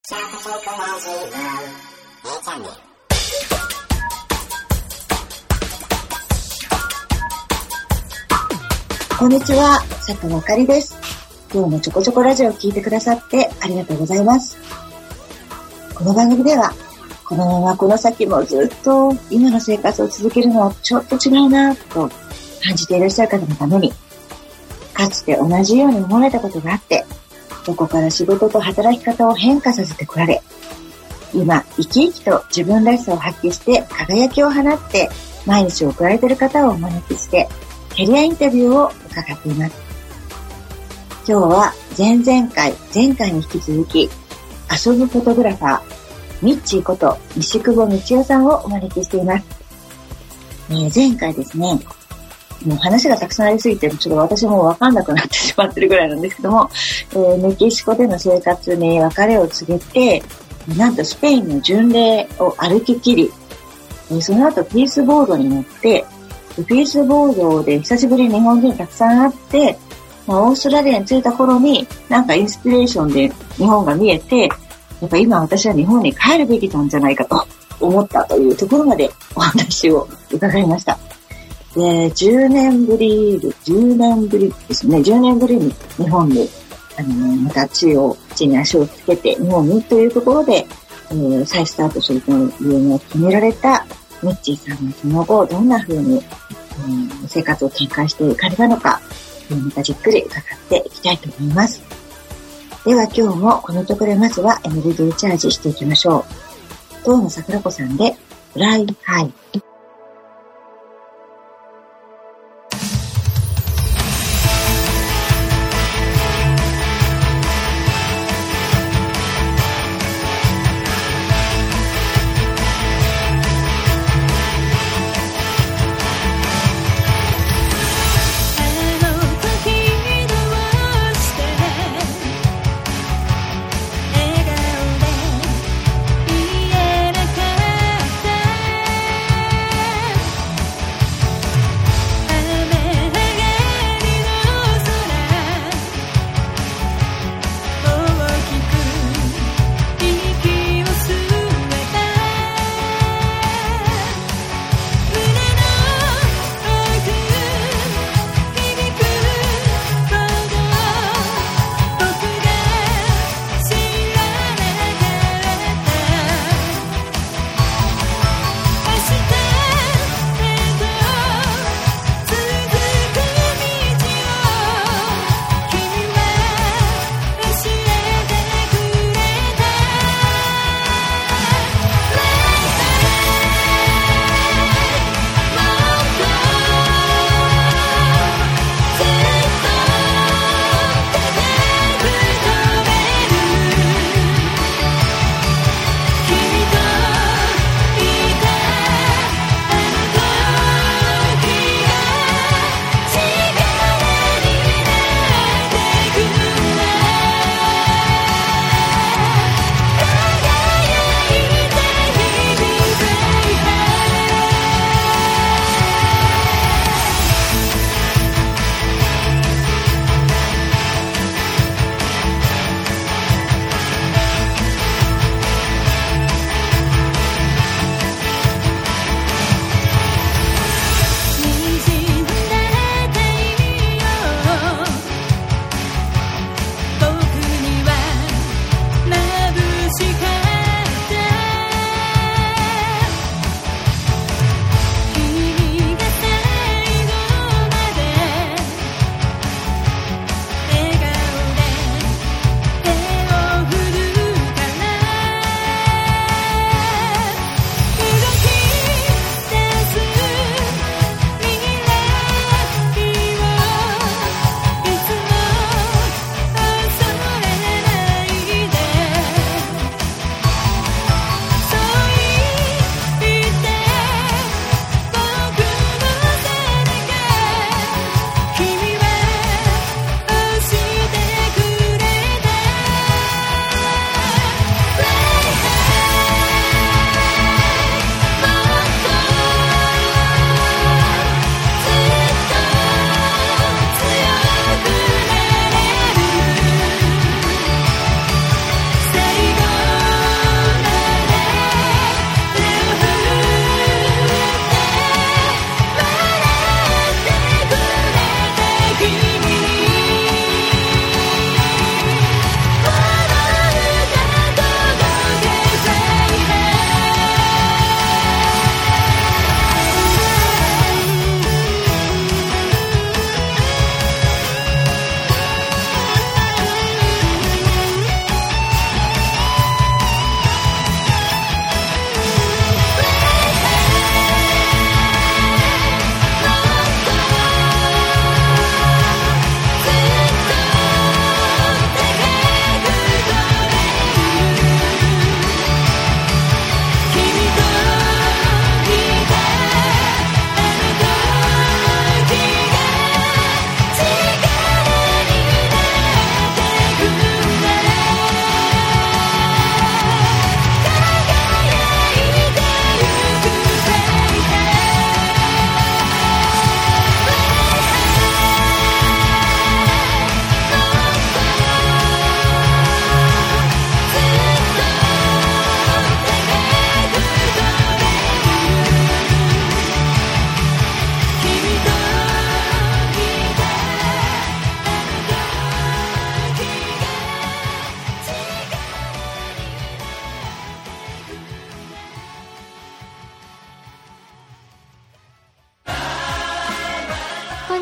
こんにちは、佐藤あかりです。今日もちょこちょこラジオを聞いてくださってありがとうございます。この番組では、このままこの先もずっと今の生活を続けるのはちょっと違うなと感じていらっしゃる方のために、かつて同じように思われたことがあって、そこから仕事と働き方を変化させてこられ、今生き生きと自分らしさを発揮して輝きを放って毎日を送られている方をお招きしてキャリアインタビューを伺っています。今日は前回に引き続き遊ぶフォトグラファーミッチーこと西久保道夫さんをお招きしています。前回ですね、もう話がたくさんありすぎてちょっと私も分かんなくなってしまってるぐらいなんですけども、メキシコでの生活に別れを告げて、なんとスペインの巡礼を歩き切り、その後ピースボードに乗って、ピースボードで久しぶりに日本人たくさん会って、オーストラリアに着いた頃になんかインスピレーションで日本が見えて、やっぱ今私は日本に帰るべきなんじゃないかと思ったというところまでお話を伺いました。で、10年ぶりですね。10年ぶりに日本に、また地に足をつけて日本にというところで、再スタートするというのを決められたミッチーさんがその後どんな風に、生活を展開していかれたのか、またじっくり伺っていきたいと思います。では今日もこのところでまずはエネルギーチャージしていきましょう。東野桜子さんでフライハイ。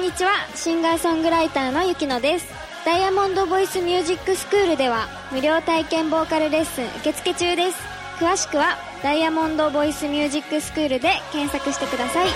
にちは。シンガーソングライターのゆきのです。ダイヤモンドボイスミュージックスクールでは無料体験ボーカルレッスン受付中です。詳しくはダイヤモンドボイスミュージックスクールで検索してください。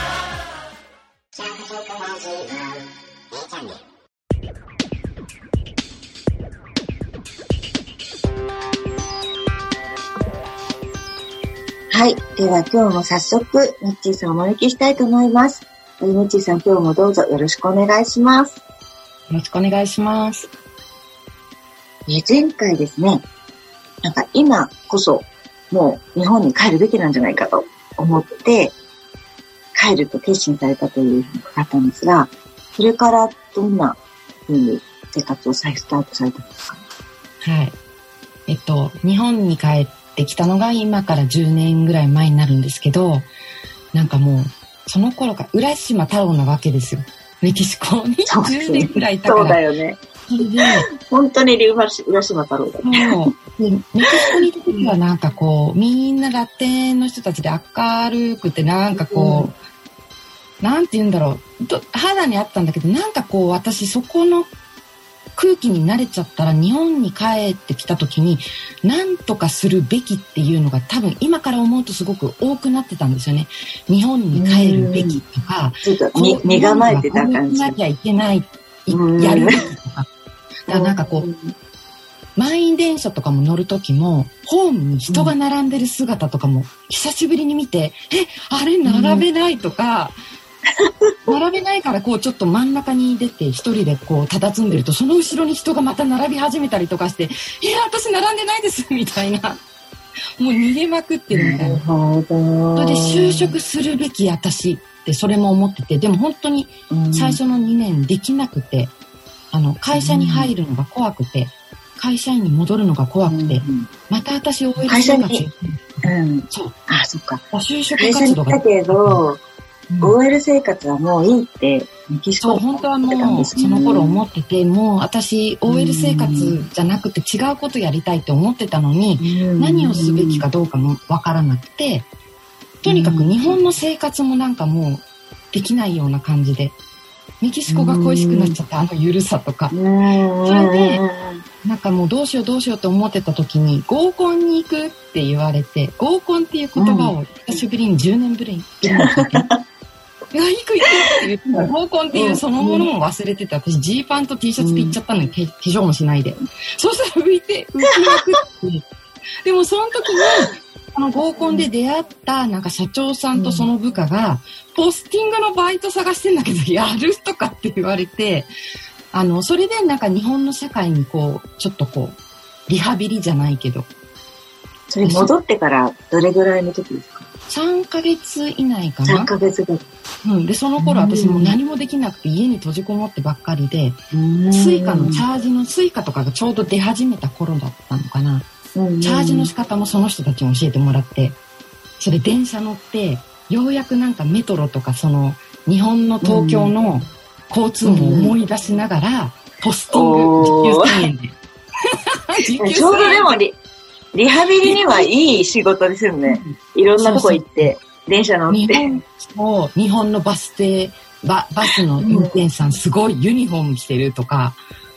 はい。では今日も早速、ミッチーさんをお招きしたいと思います。ミッチーさん、今日もどうぞよろしくお願いします。 よろしくお願いします。 前回ですね、なんか今こそもう日本に帰るべきなんじゃないかと思って帰ると決心されたというふうに伺ったんですが、それからどんなふうに生活を再スタートされたんですか？ はい。日本に帰ってきたのが今から10年ぐらい前になるんですけど、なんかもうその頃から浦島太郎なわけですよ。メキシコに10年ぐらいいたから。 そうだよね。本当に浦島太郎だね。 でメキシコにいた時はなんかこうみんなラテンの人たちで明るくてなんかこう、なんて言うんだろう、肌にあったんだけど、なんかこう私そこの空気に慣れちゃったら日本に帰ってきた時に何とかするべきっていうのが多分今から思うとすごく多くなってたんですよね。日本に帰るべきとか、 ちょっと身構えてた感じ。 なきゃいけない、やるべきとか。だからなんかこう、満員電車とかも乗る時もホームに人が並んでる姿とかも久しぶりに見て、あれ並べないとか、並べないからこうちょっと真ん中に出て一人でこう佇んでるとその後ろに人がまた並び始めたりとかして、私並んでないですみたいな、もう逃げまくってるみたいな。それで就職するべき私ってそれも思ってて、でも本当に最初の2年できなくて、会社に入るのが怖くて、会社員に戻るのが怖くて、また私 OL 生活、そう、 そっか、 就職活動がだけど、OL 生活はもういいってメキシコで本当はもうその頃思ってて、もう私 OL 生活じゃなくて違うことやりたいって思ってたのに、何をすべきかどうかもわからなくて、とにかく日本の生活もなんかもうできないような感じで、メキシコが恋しくなっちゃった、ゆるさとか。それでなんかもうどうしようと思ってた時に合コンに行くって言われて、合コンっていう言葉を久しぶりに10年ぶりに聞いて、行くって言ってた。合コンっていうそのものも忘れてて、私ジーパンと T シャツで行っちゃったのに、化粧もしないで。そしたら浮きまくって。でもその時に合コンで出会ったなんか社長さんとその部下が、ポスティングのバイト探してんだけどやるとかって言われて、それでなんか日本の社会にこうちょっとこうリハビリじゃないけど。 それ戻ってからどれぐらいの時ですか ？3ヶ月以内かな。 3ヶ月ぐらい。 でその頃私も何もできなくて家に閉じこもってばっかりで、スイカのチャージのスイカとかがちょうど出始めた頃だったのかな。チャージの仕方もその人たちに教えてもらって、それ電車乗ってようやくなんかメトロとかその日本の東京の交通も思い出しながら、ポスティング時給1000円でちょうどでもリハビリにはいい仕事ですよね。いろんなとこ行って電車乗って、 日本のバス停バスの運転手さんすごいユニフォーム着てるとか、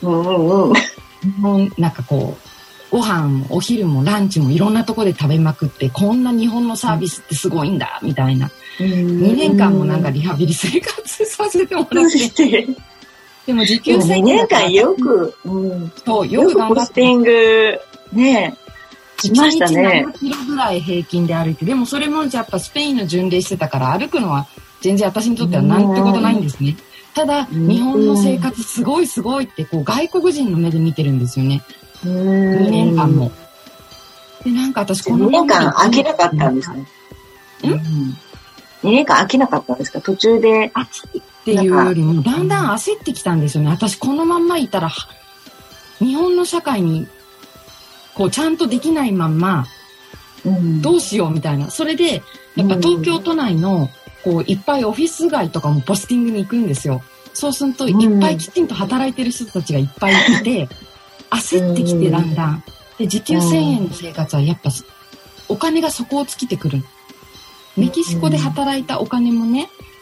なんかこうご飯もお昼もランチもいろんなとこで食べまくって、こんな日本のサービスってすごいんだみたいな、2年間もなんかリハビリ生活させてもらって、でも時給1000円 2年間よく、 よく頑張って、 ポスティングねしましたね。 1日7キロぐらい平均で歩いて、でもそれもやっぱスペインの巡礼してたから歩くのは全然私にとってはなんてことないんですね。ただ日本の生活すごいすごいってこう外国人の目で見てるんですよね。2年間も。でなんか私この2 年間飽きなかったんですね。2年間飽きなかったんですか？途中で飽きっていうよりもだんだん焦ってきたんですよね。私このまんまいたら日本の社会にこうちゃんとできないまんまどうしようみたいな。それでやっぱ東京都内のこういっぱいオフィス街とかもポスティングに行くんですよ。そうするといっぱいきちんと働いてる人たちがいっぱいいて、焦ってきてだんだんで時給1000円の生活はやっぱお金が底を尽きてくる。メキシコで働いたお金もね、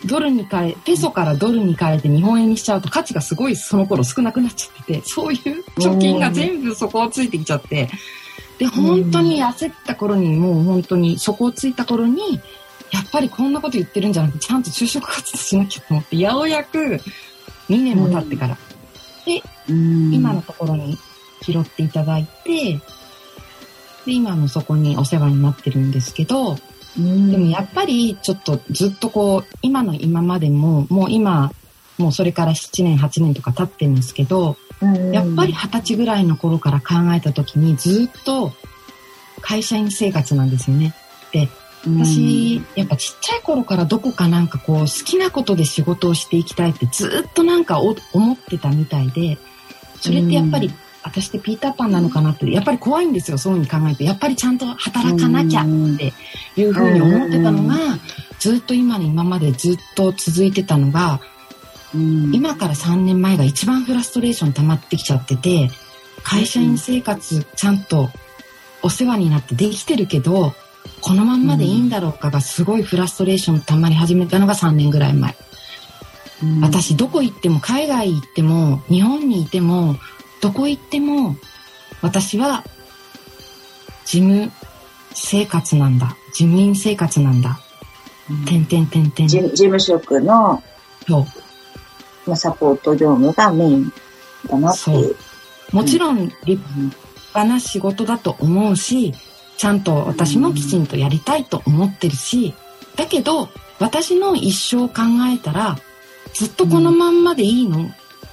ペソからドルに変えて日本円にしちゃうと価値がすごいその頃少なくなっちゃってて、そういう貯金が全部そこをついてきちゃって、で本当に焦った頃に、もう本当にそこをついた頃に、やっぱりこんなこと言ってるんじゃなくてちゃんと就職活動しなきゃと思って、ようやく2年も経ってから、で今のところに拾っていただいて、で今もそこにお世話になってるんですけど、でもやっぱりちょっとずっとこう今までももうそれから7年8年とか経ってるんですけど、やっぱり20歳ぐらいの頃から考えた時にずっと会社員生活なんですよね。で私やっぱちっちゃい頃からどこかなんかこう好きなことで仕事をしていきたいってずっとなんか思ってたみたいで、それってやっぱり私ってピーターパンなのかなってやっぱり怖いんですよ。そういうふうに考えてやっぱりちゃんと働かなきゃっていうふうに思ってたのが、ずっと今までずっと続いてたのが、今から3年前が一番フラストレーション溜まってきちゃってて、会社員生活ちゃんとお世話になってできてるけどこのまんまでいいんだろうかがすごいフラストレーション溜まり始めたのが3年ぐらい前。私どこ行っても、海外行っても日本にいてもどこ行っても私は事務生活なんだ、事務員生活なんだ、事務職のサポート業務がメインだなっていう。もちろん立派な仕事だと思うし、ちゃんと私もきちんとやりたいと思ってるし、だけど私の一生を考えたらずっとこのまんまでいいの、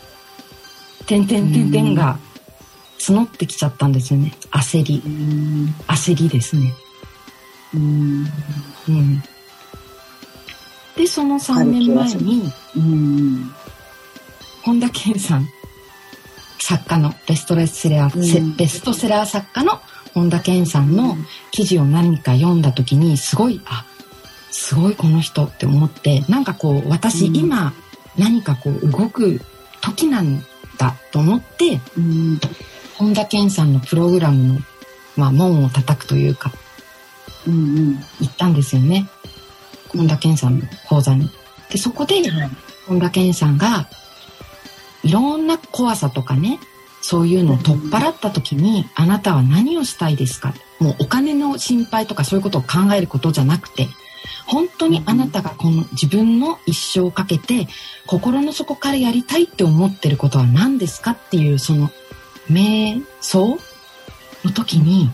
が募ってきちゃったんですよね。焦りですね。でその3年前に本田健さん、作家のベストセラー作家の本田健さんの記事を何か読んだ時にすごいこの人って思って、なんかこう私今何かこう動く時なんだと思って、本田健さんのプログラムの、門を叩くというか、行ったんですよね。本田健さんの講座に。でそこで本田健さんがいろんな怖さとかね、そういうのを取っ払った時に、あなたは何をしたいですか。もうお金の心配とかそういうことを考えることじゃなくて、本当にあなたがこの自分の一生をかけて心の底からやりたいって思ってることは何ですかっていう、その瞑想の時に、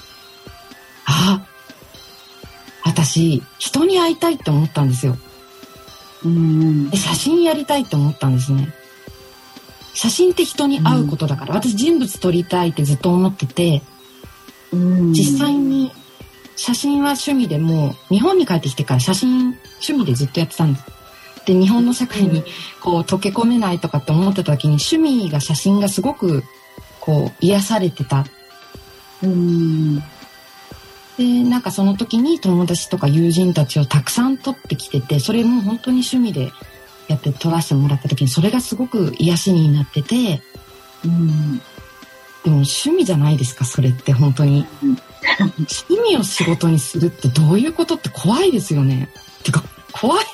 私人に会いたいって思ったんですよ。で写真やりたいって思ったんですね。写真って人に会うことだから、私人物撮りたいってずっと思ってて、実際に写真は趣味でもう日本に帰ってきてから写真趣味でずっとやってたんです。で日本の社会にこう溶け込めないとかって思ってた時に、趣味が写真がすごくこう癒されてた。でなんかその時に友達とか友人たちをたくさん撮ってきてて、それも本当に趣味でやって撮らせてもらった時にそれがすごく癒しになってて、でも趣味じゃないですかそれって本当に。趣味を仕事にするってどういうことって怖いですよね。てか怖い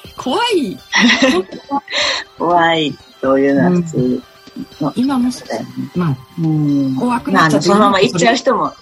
怖いというのは普通の、 今も怖くなっちゃって、 そのまま行っちゃう人も、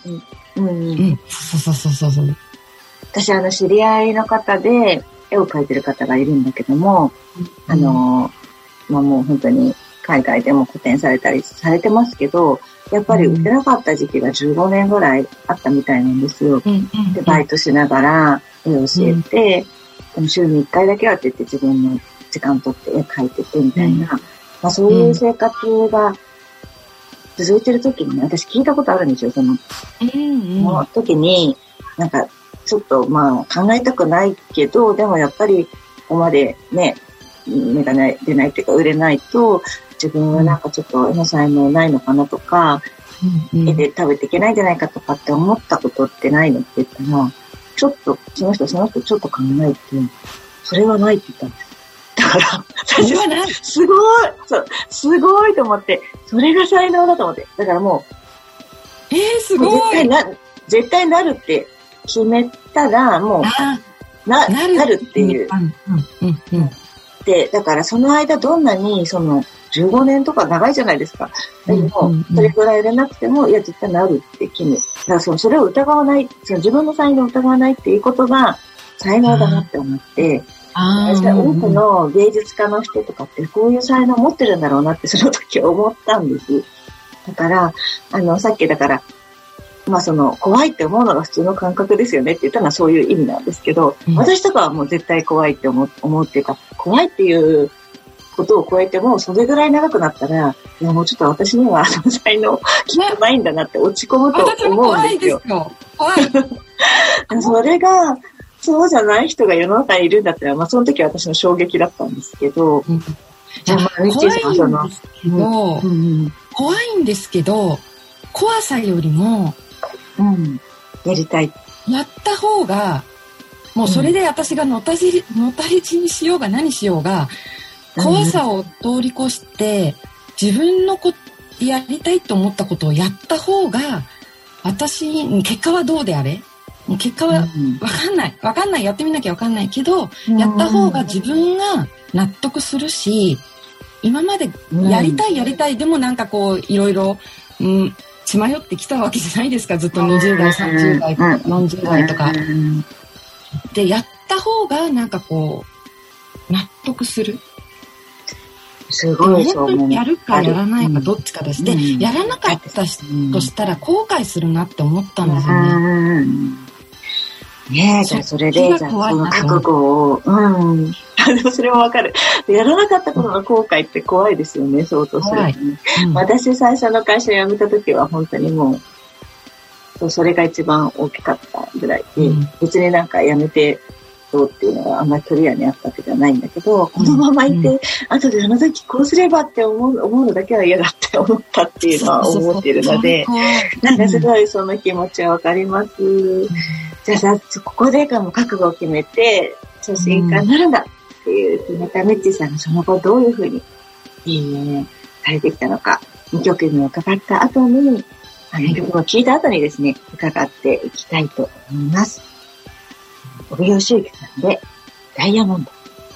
そう私知り合いの方で絵を描いてる方がいるんだけども、もう本当に海外でも個展されたりされてますけど、やっぱり売ってなかった時期が15年ぐらいあったみたいなんですよ。でバイトしながら絵を教えて、でも週に1回だけはって言って自分の時間取って絵描いててみたいな、そういう生活が続いてる時に、私聞いたことあるんですよ。その時になんかちょっと考えたくないけど、でもやっぱりここまでね芽が出ないっていうか売れないと、自分はなんかちょっと絵の才能ないのかなとか、絵で食べていけないんじゃないかとかって思ったことってないのって言ったら、ちょっとその人ちょっと考えて、それはないって言ったんです。だから私はすごいと思って、それが才能だと思って、だからもうすごい絶対なるって決めたらもうなるっていう。 、だからその間どんなに15年とか長いじゃないですか。だけど、それぐらいでなくても、いや、絶対なるって決め。だからそれを疑わない、自分の才能を疑わないっていうことが才能だなって思って、多くの芸術家の人とかってこういう才能を持ってるんだろうなってその時思ったんです。だから、さっきだから、怖いって思うのが普通の感覚ですよねって言ったのはそういう意味なんですけど、私とかはもう絶対怖いって思うっていうか、怖いっていうことを超えても、それぐらい長くなったら、いやもうちょっと私には才能きっとないんだなって落ち込むと思うんですよ。 怖い。 それが、そうじゃない人が世の中にいるんだったら、その時は私の衝撃だったんですけど、 怖いんですけど、怖いんですけど、怖さよりも、 やりたい。 やった方が、もうそれで私がのたれ死にしようが何しようが、怖さを通り越して、自分のやりたいと思ったことをやった方が、結果はどうであれ、結果はわかんない、やってみなきゃわかんないけど、やった方が自分が納得するし、今までやりたい、でもなんかこう、いろいろ、血迷ってきたわけじゃないですか、ずっと20代、30代、40代とか。で、やった方がなんかこう、納得する。 すごいそう思う。 本当にやるかやらないかどっちかです。で、やらなかったとしたら後悔するなって思ったんですよね。 ねえ、じゃあそれで、その覚悟を、でもそれもわかる。やらなかったことの後悔って怖いですよね、相当する、私最初の会社を辞めた時は本当にもう、それが一番大きかったぐらいで、別になんか辞めてどうっていうのはあんまりクリアにあったわけじゃないんだけど、このままいて、後であの時こうすればって思うのだけは嫌だって思ったっていうのは思っているので、なんかすごいその気持ちはわかります。じゃあさ、ここでも覚悟を決めて、写真家になるんだっていう決めたメッチーさんがその後どういうふうに、されてきたのか、2曲目を伺った後に、曲を聴いた後にですね、伺っていきたいと思います。帯吉行さんで、ダイヤモンド。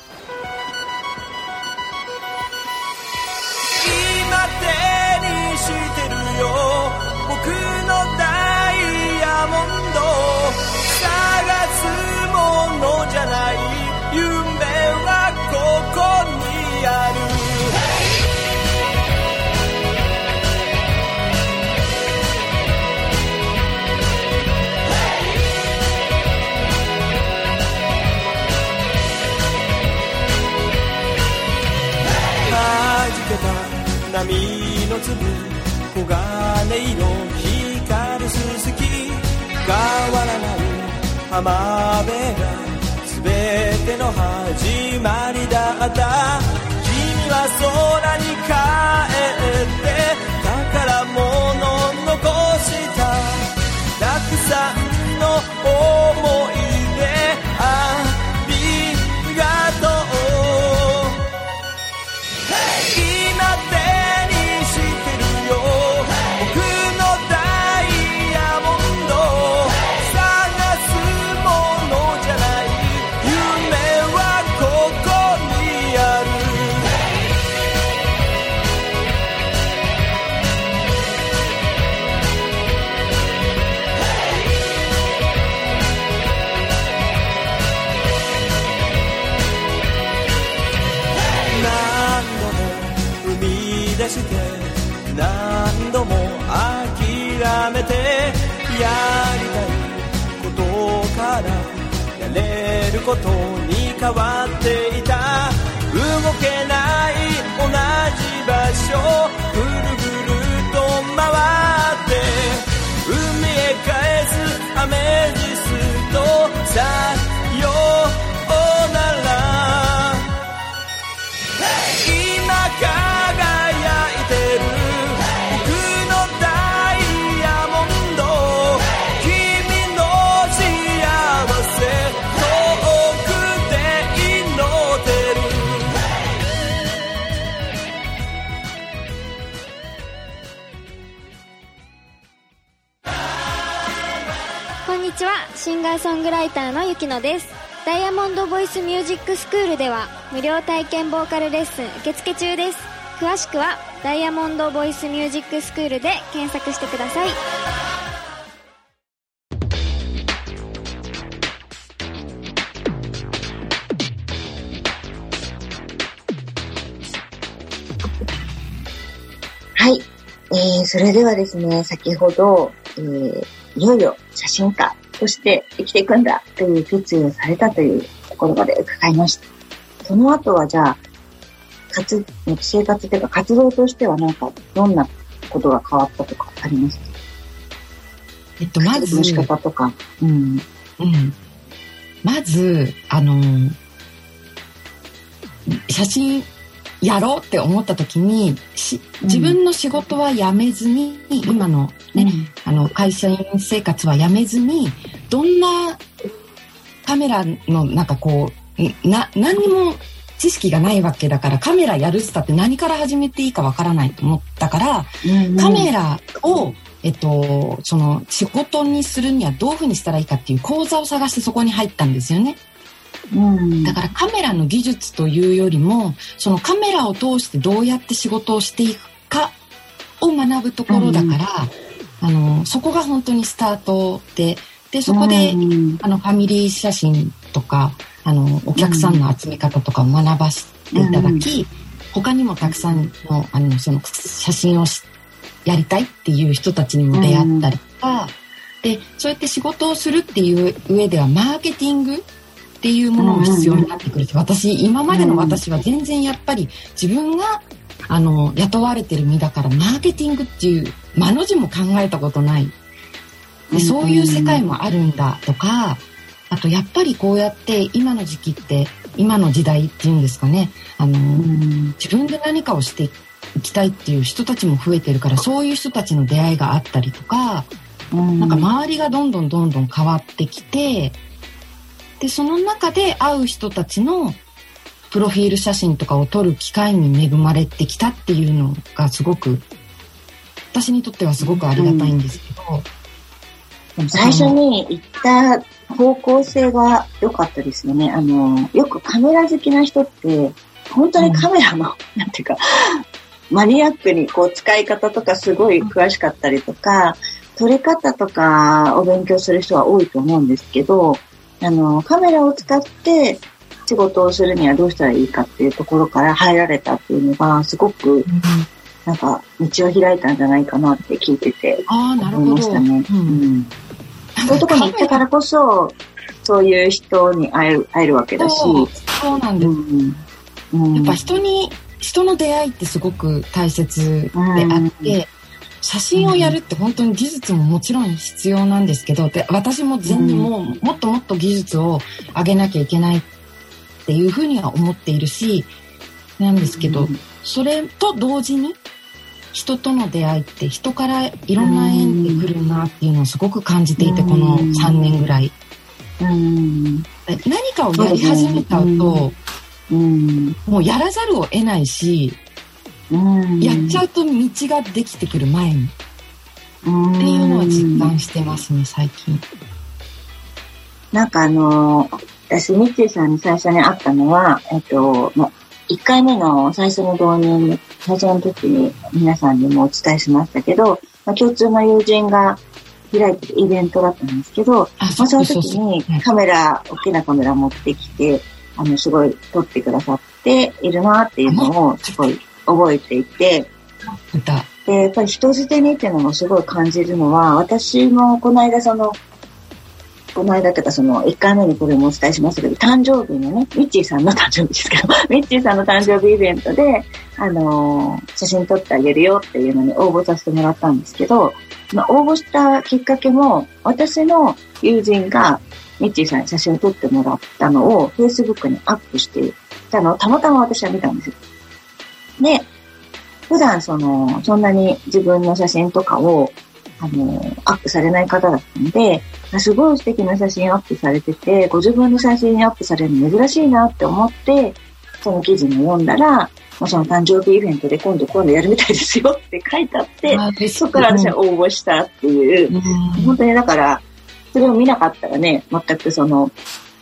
今手にしてるよ、僕のダイヤモンド。探すものじゃない、夢はここにある。波の粒、黄金色光るすすき、変わらない浜辺が全ての始まりだった。君は空に帰って宝物残したたくさんの思い出、ありがとう。何度も諦めて、やりたいことからやれることに変わっていた。動けない同じ場所、ぐるぐると回って海へ返すアメジスト、さようなら。今輝いてる僕のダイヤモンド、君の幸せ遠くで祈ってる。 こんにちは、シンガーソングライターのゆきのです。 ダイヤモンドボイスミュージックスクールでは無料体験ボーカルレッスン受付中です。詳しくはダイヤモンドボイスミュージックスクールで検索してください。 はい。それではですね、先ほど、いよいよ写真家として生きていくんだという決意をされたというところまで伺いました。その後はじゃあ、生活というか活動としてはなんかどんなことが変わったとかありますか？ まず、 の仕方とか。 まず、写真やろうって思った時に自分の仕事は辞めずに、今のね、会社員生活は辞めずに、どんなカメラのなんかこう何にも知識がないわけだから、カメラやるっつったって何から始めていいかわからないと思ったから、カメラをその仕事にするにはどういうふうにしたらいいかっていう講座を探してそこに入ったんですよね。だからカメラの技術というよりも、そのカメラを通してどうやって仕事をしていくかを学ぶところだから、そこが本当にスタートで、そこで、ファミリー写真とか、お客さんの集め方とかを学ばせていただき、他にもたくさんの、その写真をやりたいっていう人たちにも出会ったりとか、で、そうやって仕事をするっていう上では、マーケティングっていうものも必要になってくるし、今までの私は全然やっぱり自分が雇われてる身だから、マーケティングっていう間の字も考えたことないで、そういう世界もあるんだとか、あとやっぱりこうやって今の時期って、今の時代っていうんですかね、自分で何かをしていきたいっていう人たちも増えてるから、そういう人たちの出会いがあったりとか、なんか周りがどんどん変わってきて、でその中で会う人たちのプロフィール写真とかを撮る機会に恵まれてきたっていうのがすごく、私にとってはすごくありがたいんですけど、 最初に言った方向性が良かったですよね。よくカメラ好きな人って本当にカメラの、なんていうかマニアックにこう使い方とかすごい詳しかったりとか、撮り方とかを勉強する人は多いと思うんですけど、カメラを使って仕事をするにはどうしたらいいかっていうところから入られたっていうのがすごく、なんか道を開いたんじゃないかなって聞いてて思いましたね。そういうところに行ったからこそ、そういう人に会えるわけだし。 そうなんです。やっぱ人の出会いってすごく大切であって、写真をやるって本当に技術ももちろん必要なんですけど、で私も全然もっともっと技術を上げなきゃいけないっていうふうには思っているし、なんですけど、それと同時に人との出会いって人からいろんな縁で来るなっていうのをすごく感じていて、この3年ぐらい。何かをやり始めたと、もうやらざるを得ないし、やっちゃうと道ができてくる前にっていうのは実感してますね、最近。 なんか私ミッチーさんに最初に会ったのは1回目の最初の導入最初の時に皆さんにもお伝えしましたけど、共通の友人が開いてるイベントだったんですけど、その時に大きなカメラ持ってきてすごい撮ってくださっているなっていうのをすごい覚えていて、でやっぱり人づてにっていうのもすごい感じるのは、私もこの間というか1回目にこれもお伝えしましたけど、誕生日のね、ミッチーさんの誕生日ですけど、ミッチーさんの誕生日イベントで、写真撮ってあげるよっていうのに応募させてもらったんですけど、応募したきっかけも、私の友人がミッチーさんに写真を撮ってもらったのを Facebook にアップしていたのをたまたま私は見たんですよ。で、普段そんなに自分の写真とかをアップされない方だったので、すごい素敵な写真アップされてて、ご自分の写真にアップされるの珍しいなって思って、その記事も読んだら、その誕生日イベントで今度やるみたいですよって書いてあって、そこから私は応募したっていう、本当にだから、それを見なかったらね、全く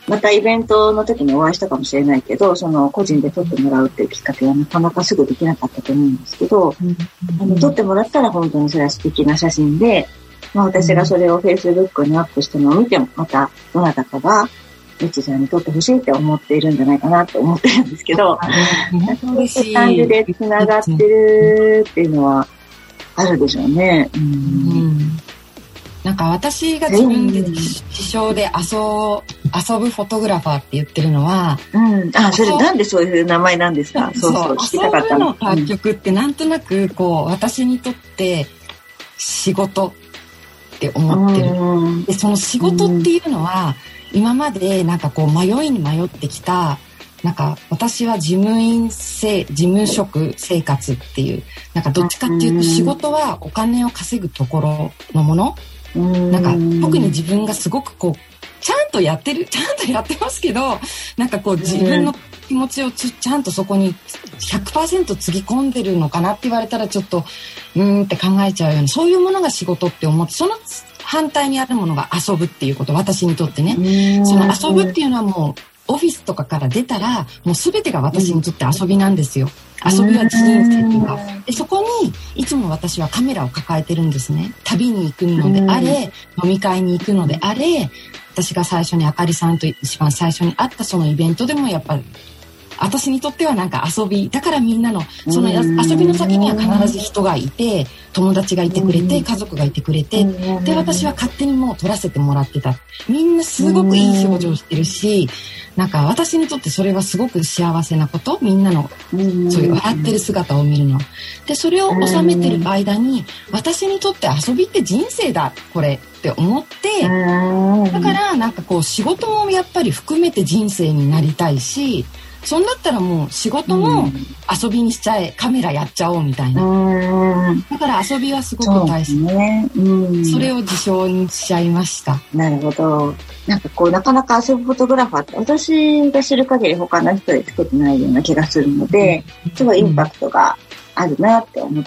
またイベントの時にお会いしたかもしれないけど、その個人で撮ってもらうっていうきっかけはなかなかすぐできなかったと思うんですけど、撮ってもらったら本当にそれは素敵な写真で、私がそれを Facebook にアップしたのを見ても、またどなたかがミッチーさんに撮ってほしいって思っているんじゃないかなと思ってるんですけど、そういう感じで繋がってるっていうのはあるでしょうね。 なんか私が自分で自称で遊ぶフォトグラファーって言ってるのは、 それなんでそういう名前なんですか？そう聞きたかった。 遊ぶの楽曲ってなんとなくこう私にとって仕事って思ってる。でその仕事っていうのは今までなんかこう迷いに迷ってきた、なんか私は事務職生活っていう、なんかどっちかっていうと仕事はお金を稼ぐところのもの、なんか特に自分がすごくこうちゃんとやってますけど、なんかこう自分の気持ちをちゃんとそこに 100% つぎ込んでるのかなって言われたらちょっとって考えちゃうような、そういうものが仕事って思って、その反対にあるものが遊ぶっていうこと、私にとってね、その遊ぶっていうのはもうオフィスとかから出たらもう全てが私にとって遊びなんですよ。遊びは人生っていうか、でそこにいつも私はカメラを抱えてるんですね。旅に行くのであれ、飲み会に行くのであれ、私が最初にあかりさんと一番最初に会ったそのイベントでもやっぱり私にとってはなんか遊びだから、みんなのその遊びの先には必ず人がいて、友達がいてくれて、家族がいてくれて、で私は勝手にもう撮らせてもらってた。みんなすごくいい表情してるし、なんか私にとってそれはすごく幸せなこと、みんなのそういう笑ってる姿を見るので、それを収めてる間に私にとって遊びって人生だこれって思って、だからなんかこう仕事もやっぱり含めて人生になりたいし、そんだったらもう仕事も遊びにしちゃえ、カメラやっちゃおうみたいな。だから遊びはすごく大事。それを自称にしちゃいました。 なるほど。なんかこうなかなか遊ぶフォトグラファーって私が知る限り他の人でつけてないような気がするので、すごいインパクトがあるなって思って、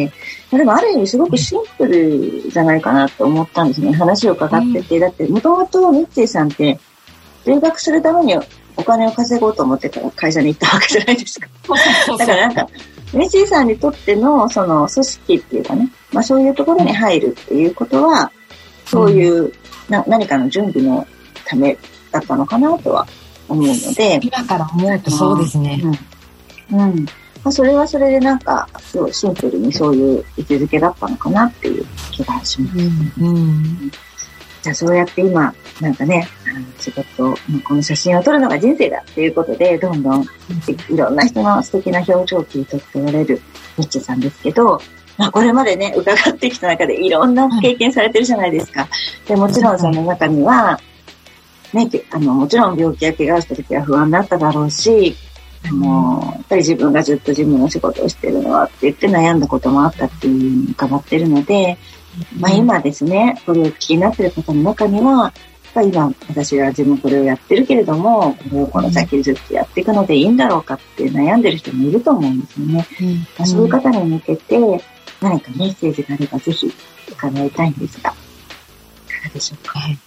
でもある意味すごくシンプルじゃないかなって思ったんですね。話を伺ってて、だってもともとミッチーさんって留学するためにお金を稼ごうと思ってから会社に行ったわけじゃないですか。だからなんか、ミッチーさんにとってのその組織っていうかね、そういうところに入るっていうことは、そういう何かの準備のためだったのかなとは思うので。 今から思うとそうですね。 それはそれでなんか、すごいシンプルにそういう位置づけだったのかなっていう気がします。じゃあそうやって今、なんかね、仕事、この写真を撮るのが人生だっていうことで、どんどんいろんな人の素敵な表情を切り取っておられるミッチーさんですけど、これまでね、伺ってきた中でいろんな経験されてるじゃないですか。でもちろんその中には、ね、もちろん病気や怪我をした時は不安だっただろうし、やっぱり自分がずっと事務の仕事をしてるのはって言って悩んだこともあったっていうのを伺ってるので、今ですね、これを聞きになってる方の中には、今私は自分これをやってるけれども、これをこの先ずっとやっていくのでいいんだろうかって悩んでる人もいると思うんですよね。そういう方に向けて何かメッセージがあればぜひ伺いたいんですが、いかがでしょうか。 はい。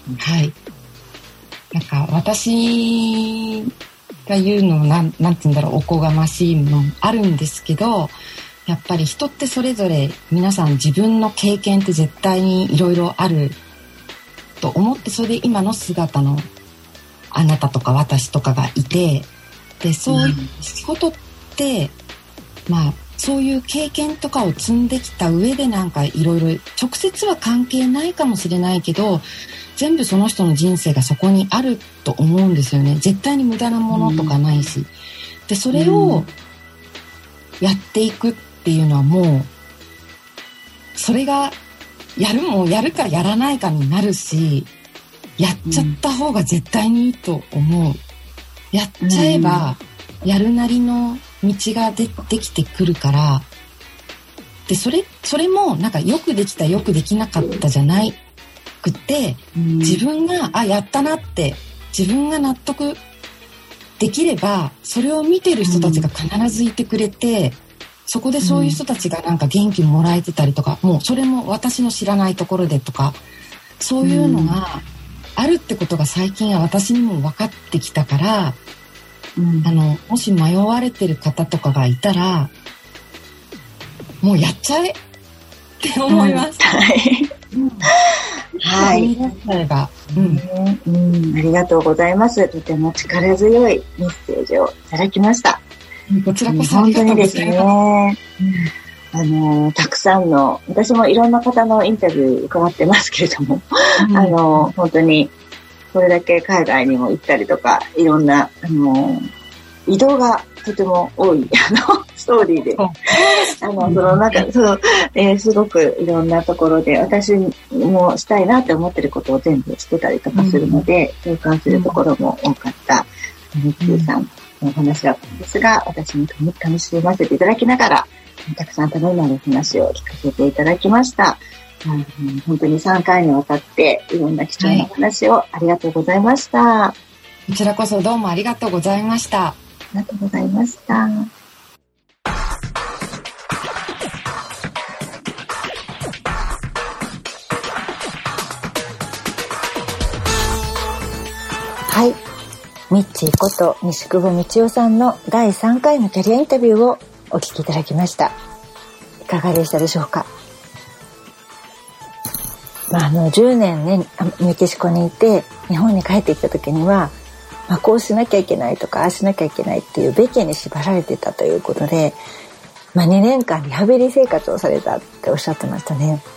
なんか私が言うのもなんて言うんだろう、おこがましいのもあるんですけど、やっぱり人ってそれぞれ皆さん自分の経験って絶対にいろいろあると思って、それで今の姿のあなたとか私とかがいて、でそういう仕事ってそういう経験とかを積んできた上でなんかいろいろ直接は関係ないかもしれないけど、全部その人の人生がそこにあると思うんですよね。絶対に無駄なものとかないし、でそれをやっていくっていうのはもうそれがやるかやらないかになるし、やっちゃった方が絶対にいいと思う。やっちゃえばやるなりの道ができてくるから、でそれもなんかよくできたよくできなかったじゃないくて、自分がやったなって自分が納得できれば、それを見てる人たちが必ずいてくれて、そこでそういう人たちがなんか元気もらえてたりとか、もうそれも私の知らないところでとか、そういうのがあるってことが最近は私にも分かってきたから、もし迷われてる方とかがいたらもうやっちゃえって思います。 はい。はい。ありがとうございます。とても力強いメッセージをいただきました。 こちらこそありがとうございます。 本当にですね。たくさんの、私もいろんな方のインタビュー伺ってますけれども、本当にこれだけ海外にも行ったりとか、いろんな、移動がとても多い、ストーリーで、その中、すごくいろんなところで、私もしたいなって思ってることを全部してたりとかするので、共感するところも多かった、ミッキーさんのお話だったんですが、私も楽しませていただきながら、たくさんためになる話を聞かせていただきました。本当に3回にわたっていろんな貴重な話をありがとうございました。 こちらこそどうもありがとうございました。 ありがとうございました。はい。ミッチーこと西久保道夫さんの第3回のキャリアインタビューをお聞きいただきました。いかがでしたでしょうか。10年ね、メキシコにいて日本に帰ってきた時には、こうしなきゃいけないとかああしなきゃいけないっていうべきに縛られてたということで、2年間リハビリ生活をされたっておっしゃってましたね。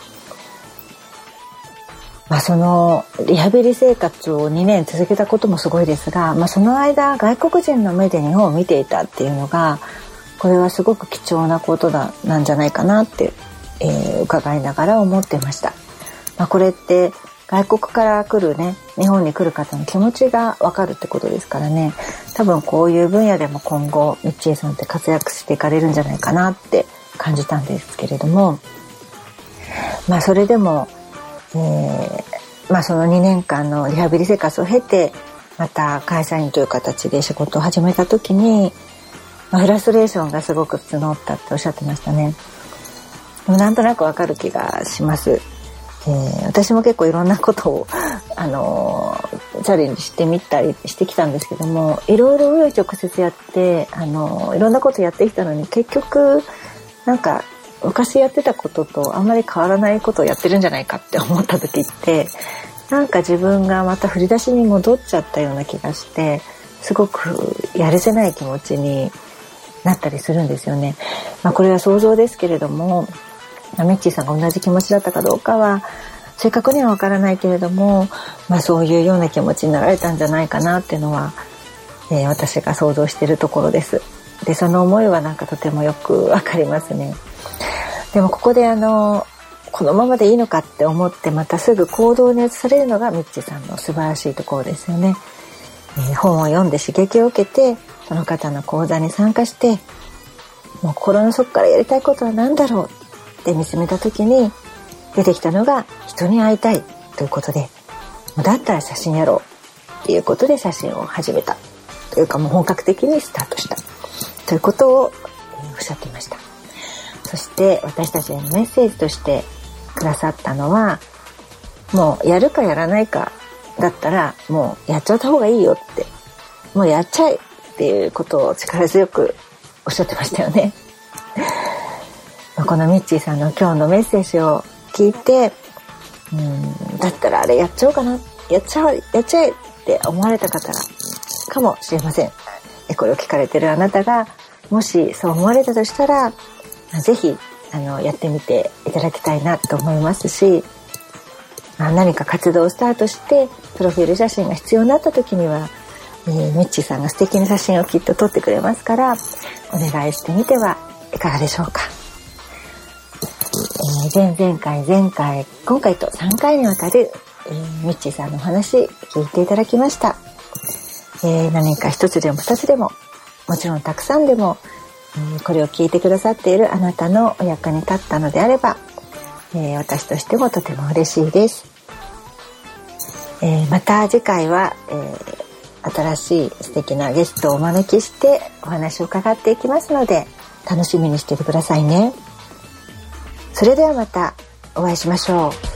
そのリハビリ生活を2年続けたこともすごいですが、その間外国人の目で日本を見ていたっていうのが、これはすごく貴重なことなんじゃないかなって、伺いながら思ってました。これって外国から来るね、日本に来る方の気持ちが分かるってことですからね、多分こういう分野でも今後ミッチーさんって活躍していかれるんじゃないかなって感じたんですけれども、それでも、その2年間のリハビリ生活を経てまた会社員という形で仕事を始めた時に、フラストレーションがすごく募ったっておっしゃってましたね。なんとなく分かる気がします。私も結構いろんなことを、チャレンジしてみたりしてきたんですけども、いろいろ紆余曲折やっていろんなことやってきたのに、結局なんか昔やってたこととあんまり変わらないことをやってるんじゃないかって思った時って、なんか自分がまた振り出しに戻っちゃったような気がして、すごくやるせない気持ちになったりするんですよね。これは想像ですけれども、ミッチーさんが同じ気持ちだったかどうかは正確にはわからないけれども、そういうような気持ちになられたんじゃないかなっていうのは、私が想像しているところです。で、その思いはなんかとてもよくわかりますね。でもここでこのままでいいのかって思ってまたすぐ行動に移されるのがミッチーさんの素晴らしいところですよね。本を読んで刺激を受けて、その方の講座に参加して、もう心の底からやりたいことは何だろうって見つめた時に出てきたのが、人に会いたいということで、だったら写真やろうっていうことで写真を始めたというか、もう本格的にスタートしたということをおっしゃっていました。そして私たちへのメッセージとしてくださったのは、もうやるかやらないかだったらもうやっちゃった方がいいよって、もうやっちゃえっていうことを力強くおっしゃってましたよね。このミッチーさんの今日のメッセージを聞いて、だったらあれやっちゃおうかな、やっちゃえって思われた方かもしれません。これを聞かれてるあなたがもしそう思われたとしたら、ぜひやってみていただきたいなと思いますし、何か活動をスタートしてプロフィール写真が必要になった時には、ミッチーさんが素敵な写真をきっと撮ってくれますから、お願いしてみてはいかがでしょうか。前回今回と3回にわたる、ミッチーさんのお話聞いていただきました。何か一つでも二つでも、もちろんたくさんでも、これを聞いてくださっているあなたのお役に立ったのであれば、私としてもとても嬉しいです。また次回は、新しい素敵なゲストをお招きしてお話を伺っていきますので、楽しみにしていてくださいね。それではまたお会いしましょう。